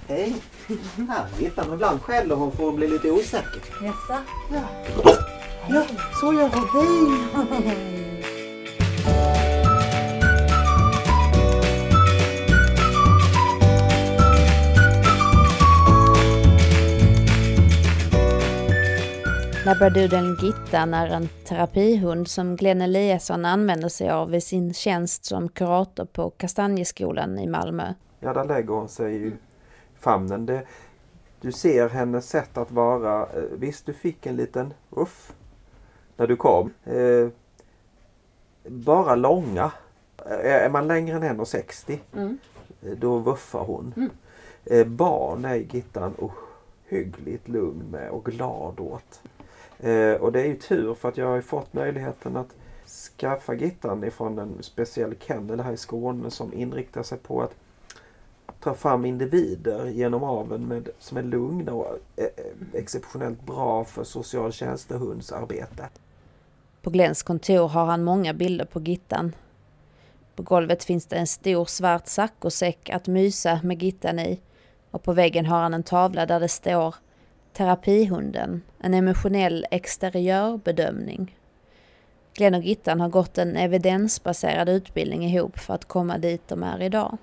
Hej. Här hittar man ibland skäller hon får bli lite osäker. Jaså? Ja, så gör hon. Hej. Labradoodlen Gittan är en terapihund som Glenn Eliasson använder sig av i sin tjänst som kurator på Kastanjeskolan i Malmö. Ja, där lägger hon sig i famnen. Du ser hennes sätt att vara. Visst, du fick en liten uff när du kom. Bara långa. Är man längre än 1,60 då vuffar hon. Barn är Gittan ohyggligt lugn med och glad åt. Och det är ju tur för att jag har fått möjligheten att skaffa Gittan ifrån en speciell kennel här i Skåne som inriktar sig på att ta fram individer genom aveln som är lugna och exceptionellt bra för socialtjänstehundsarbete. På Glenns kontor har han många bilder på Gittan. På golvet finns det en stor svart saccosäck att mysa med Gittan i. Och på väggen har han en tavla där det står Terapihunden, en emotionell exteriörbedömning. Glenn och Gittan har gått en evidensbaserad utbildning ihop för att komma dit de är idag.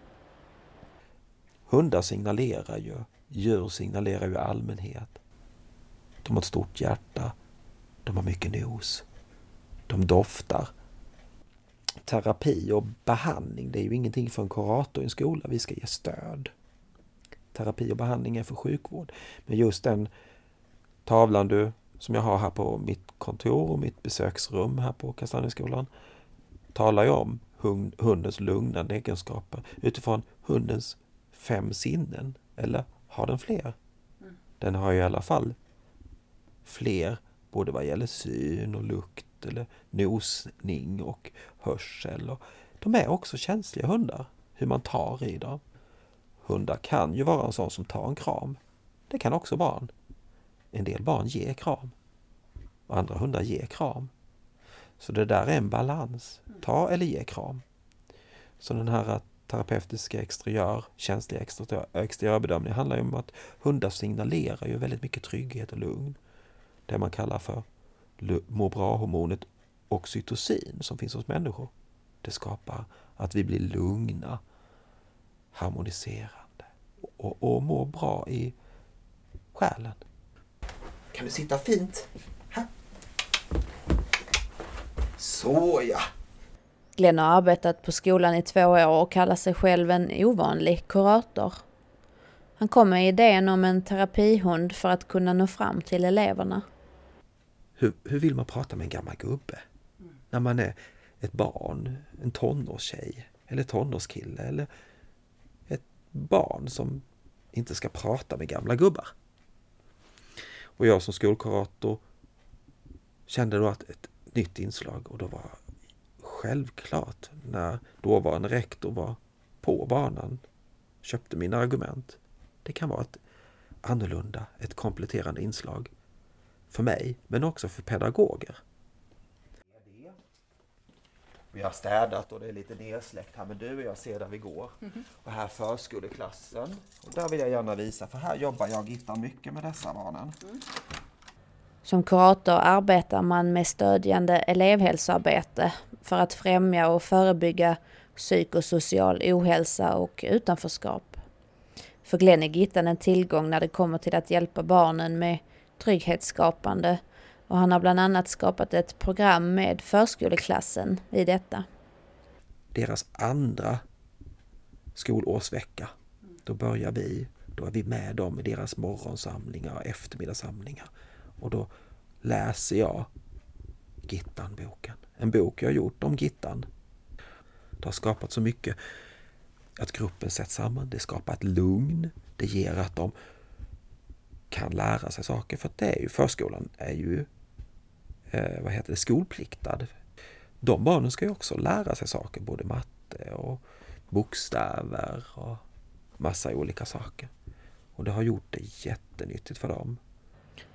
Hundar signalerar ju, djur signalerar ju allmänhet. De har ett stort hjärta, de har mycket nos, de doftar. Terapi och behandling, det är ju ingenting för en kurator i en skola, vi ska ge stöd. Terapi och behandling är för sjukvård. Men just den tavlan som jag har här på mitt kontor och mitt besöksrum här på Kastanjeskolan talar ju om hundens lugnande egenskaper utifrån hundens 5 sinnen. Eller har den fler? Den har ju i alla fall fler både vad gäller syn och lukt eller nosning och hörsel. Och de är också känsliga hundar, hur man tar i dem. Hundar kan ju vara en sån som tar en kram. Det kan också barn. En del barn ger kram. Och andra hundar ger kram. Så det där är en balans. Ta eller ge kram. Så den här terapeutiska känsliga exteriörbedömningen handlar ju om att hundar signalerar ju väldigt mycket trygghet och lugn. Det man kallar för må bra-hormonet oxytocin som finns hos människor. Det skapar att vi blir lugna, harmoniserande och mår bra i själen. Kan du sitta fint? Här. Så ja. Glenn har arbetat på skolan i 2 år och kallar sig själv en ovanlig kurator. Han kom med idén om en terapihund för att kunna nå fram till eleverna. Hur vill man prata med en gammal gubbe? När man är ett barn, en tonårstjej eller tonårskille eller ett barn som inte ska prata med gamla gubbar. Och jag som skolkurator kände då att ett nytt inslag, och då var självklart när dåvarande rektor var på banan, köpte mina argument. Det kan vara ett annorlunda, ett kompletterande inslag för mig, men också för pedagoger. Vi har städat och det är lite nedsläckt här, men du och jag ser där vi går. Och här förskoleklassen. Och där vill jag gärna visa, för här jobbar jag och Gittan mycket med dessa barnen. Som kurator arbetar man med stödjande elevhälsoarbete för att främja och förebygga psykosocial ohälsa och utanförskap. För Glenn är Gittan en tillgång när det kommer till att hjälpa barnen med trygghetsskapande, och han har bland annat skapat ett program med förskoleklassen i detta. Deras andra skolårsvecka, då är vi med dem i deras morgonsamlingar och eftermiddagssamlingar. Och då läser jag Gittan-boken. En bok jag har gjort om Gittan. Det har skapat så mycket att gruppen sätts samman. Det skapar ett lugn. Det ger att de kan lära sig saker. För att det är ju, förskolan är ju skolpliktad. De barnen ska ju också lära sig saker. Både matte och bokstäver och massa olika saker. Och det har gjort det jättenyttigt för dem.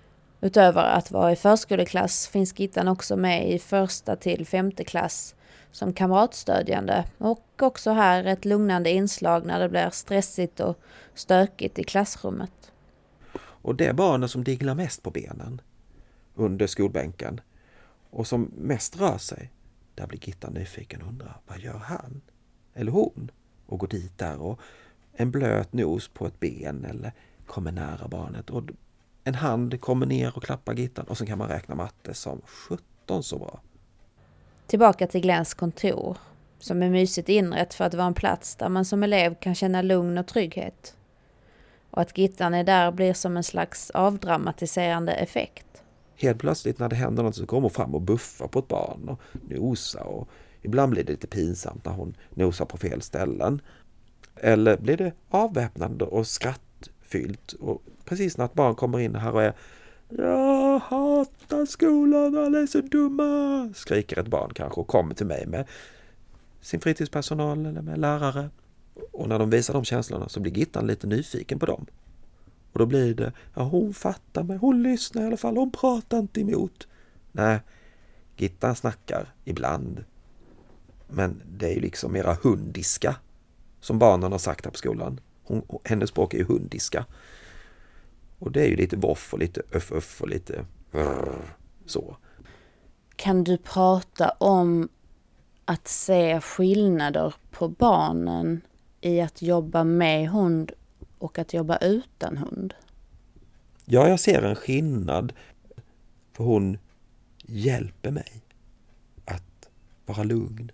Utöver att vara i förskoleklass finns Gittan också med i 1:a till 5:e klass som kamratstödjande och också här ett lugnande inslag när det blir stressigt och stökigt i klassrummet. Och det är barnen som dinglar mest på benen under skolbänken och som mest rör sig. Där blir Gitta nyfiken och undrar, vad gör han? Eller hon? Och går dit där och en blöt nos på ett ben eller kommer nära barnet. Och en hand kommer ner och klappar Gittan och så kan man räkna matte som 17 så bra. Tillbaka till Glens kontor, som är mysigt inrätt för att vara en plats där man som elev kan känna lugn och trygghet. Och att Gittan är där blir som en slags avdramatiserande effekt. Helt plötsligt när det händer något så kommer hon fram och buffar på ett barn och nosar. Och ibland blir det lite pinsamt när hon nosar på fel ställen. Eller blir det avväpnande och skrattfyllt. Och precis när ett barn kommer in här och är "Jag hatar skolan, alla är så dumma", skriker ett barn kanske och kommer till mig med sin fritidspersonal eller med lärare. Och när de visar de känslorna så blir Gittan lite nyfiken på dem. Och då blir det, ja, hon fattar mig, hon lyssnar i alla fall, hon pratar inte emot. Nej, Gittan snackar ibland. Men det är ju liksom mera hundiska, som barnen har sagt här på skolan. Hennes språk är ju hundiska. Och det är ju lite voff och lite öff och lite så. Kan du prata om att se skillnader på barnen i att jobba med hund och att jobba utan hund? Ja, jag ser en skillnad. För hon hjälper mig att vara lugn.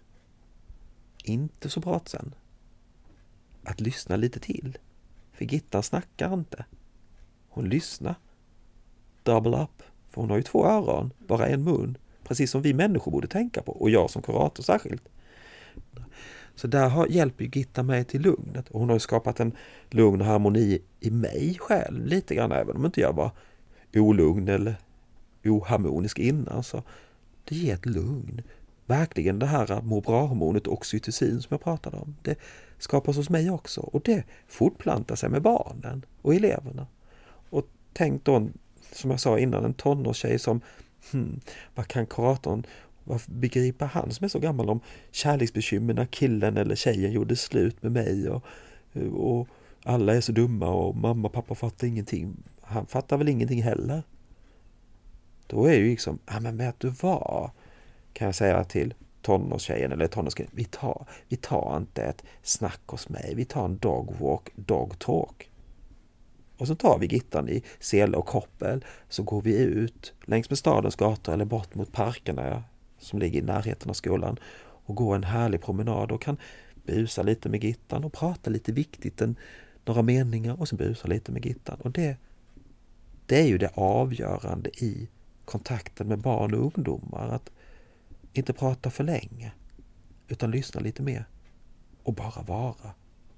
Inte så pratsam. Att lyssna lite till. För Gittan snackar inte. Hon lyssnar. Double up. För hon har ju 2 öron, bara en mun. Precis som vi människor borde tänka på. Och jag som kurator särskilt. Så där hjälper ju Gitta mig till lugnet. Och hon har ju skapat en lugn och harmoni i mig själv. Lite grann, även om inte jag var olugn eller oharmonisk innan. Så det ger ett lugn. Verkligen det här må bra-hormonet oxytocin som jag pratade om. Det skapas hos mig också. Och det fortplantar sig med barnen och eleverna. Och tänk då, som jag sa innan, en tonårstjej som vad kan kuratorn, vad begriper han som är så gammal om kärleksbekymmer när killen eller tjejen gjorde slut med mig och alla är så dumma och mamma och pappa fattar ingenting. Han fattar väl ingenting heller. Då är ju liksom, men vet du vad, kan jag säga till tonårstjejen eller tonårskillen, vi tar inte ett snack hos mig, vi tar en dog walk, dog talk. Och så tar vi Gittan i sele och koppel, så går vi ut längs med stadens gator eller bort mot parkerna som ligger i närheten av skolan och går en härlig promenad och kan busa lite med Gittan och prata lite viktigt, några meningar och så busa lite med Gittan. Och det är ju det avgörande i kontakten med barn och ungdomar, att inte prata för länge utan lyssna lite mer och bara vara.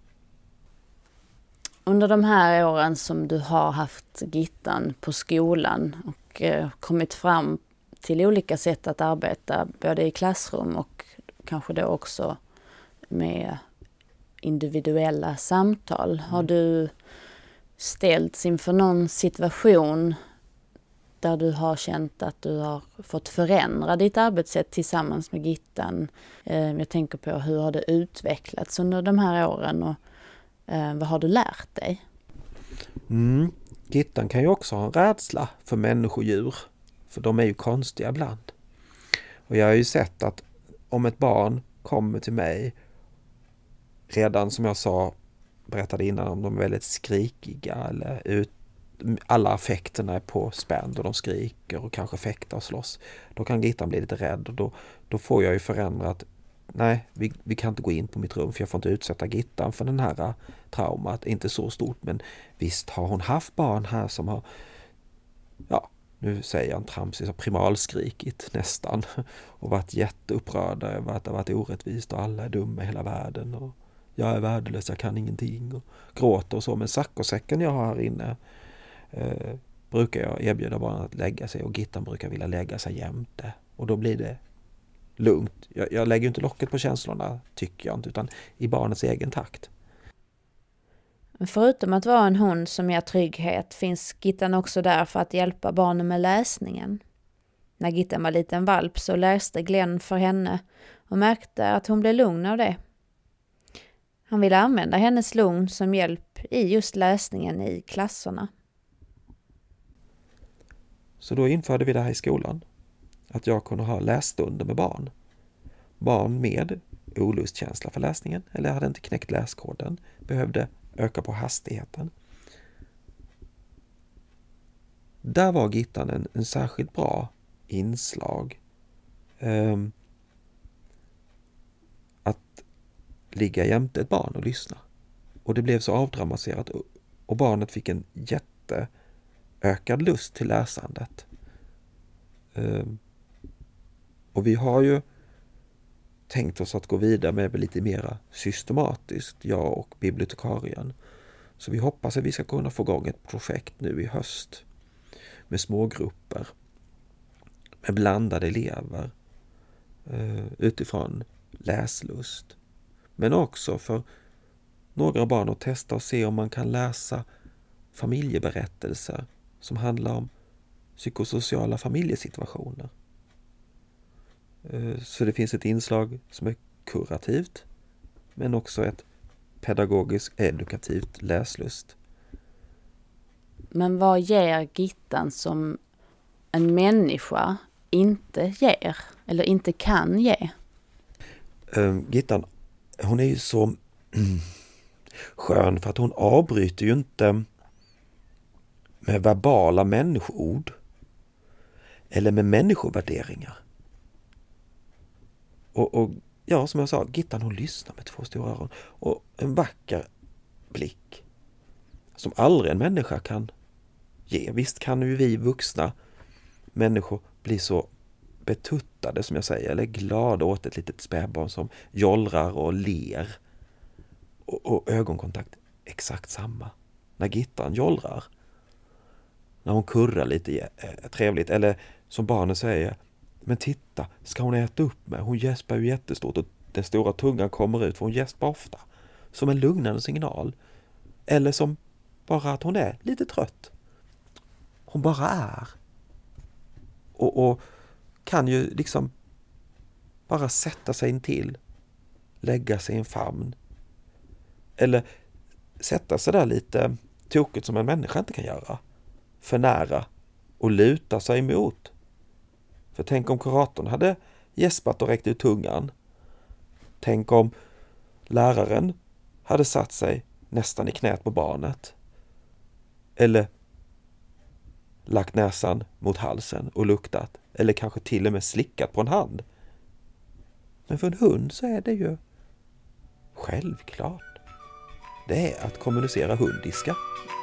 Under de här åren som du har haft Gittan på skolan och kommit fram till olika sätt att arbeta både i klassrum och kanske då också med individuella samtal. Har du ställts inför någon situation där du har känt att du har fått förändra ditt arbetssätt tillsammans med Gittan? Jag tänker på hur har det utvecklats under de här åren och vad har du lärt dig? Gittan kan ju också ha en rädsla för människodjur. För de är ju konstiga ibland. Och jag har ju sett att om ett barn kommer till mig, redan som jag berättade innan, om de är väldigt skrikiga eller alla affekterna är på spänn och de skriker och kanske fäktar och slåss, då kan Gittan bli lite rädd och då får jag ju förändrat. Nej, vi kan inte gå in på mitt rum för jag får inte utsätta Gittan för den här traumat. Inte så stort, men visst har hon haft barn här som har, nu säger jag en tramsig, så primalskrikit nästan och varit jätteupprörda över att det har varit orättvist och alla är dumma i hela världen och jag är värdelös, jag kan ingenting och gråter och så. Men saccosäcken jag har här inne brukar jag erbjuda barnen att lägga sig och Gittan brukar vilja lägga sig jämte och då blir det lugnt. Jag lägger inte locket på känslorna, tycker jag inte, utan i barnets egen takt. Förutom att vara en hund som ger trygghet finns Gittan också där för att hjälpa barnen med läsningen. När Gittan var liten valp så läste Glenn för henne och märkte att hon blev lugn av det. Han ville använda hennes lugn som hjälp i just läsningen i klasserna. Så då införde vi det här i skolan. Att jag kunde ha lässtunder med barn. Barn med olustkänsla för läsningen eller hade inte knäckt läskoden, behövde öka på hastigheten. Där var Gittan en särskilt bra inslag. Att ligga jämte ett barn och lyssna. Och det blev så avdramatiserat och barnet fick en jätteökad lust till läsandet. Och vi har ju tänkt oss att gå vidare med lite mera systematiskt, jag och bibliotekarien. Så vi hoppas att vi ska kunna få igång ett projekt nu i höst med små grupper, med blandade elever utifrån läslust. Men också för några barn att testa och se om man kan läsa familjeberättelser som handlar om psykosociala familjesituationer. Så det finns ett inslag som är kurativt men också ett pedagogiskt edukativt läslust. Men vad ger Gittan som en människa inte ger eller inte kan ge? Gittan, hon är ju så skön för att hon avbryter ju inte med verbala människoord eller med människovärderingar. Och ja, som jag sa, Gittan hon lyssnar med 2 stora öron och en vacker blick som aldrig en människa kan ge. Visst kan ju vi vuxna människor bli så betuttade som jag säger, eller glada åt ett litet spädbarn som jollrar och ler. Och ögonkontakt exakt samma. När Gittan jollrar, när hon kurrar lite trevligt, eller som barnen säger, men titta, ska hon äta upp med? Hon gäspar ju jättestort och den stora tungan kommer ut för hon gäspar ofta. Som en lugnande signal. Eller som bara att hon är lite trött. Hon bara är. Och kan ju liksom bara sätta sig in till, lägga sig i en famn. Eller sätta sig där lite tokigt som en människa inte kan göra. För nära och luta sig emot. För tänk om kuratorn hade gäspat och räckt ut tungan. Tänk om läraren hade satt sig nästan i knät på barnet. Eller lagt näsan mot halsen och luktat. Eller kanske till och med slickat på en hand. Men för en hund så är det ju självklart. Det är att kommunicera hundiska.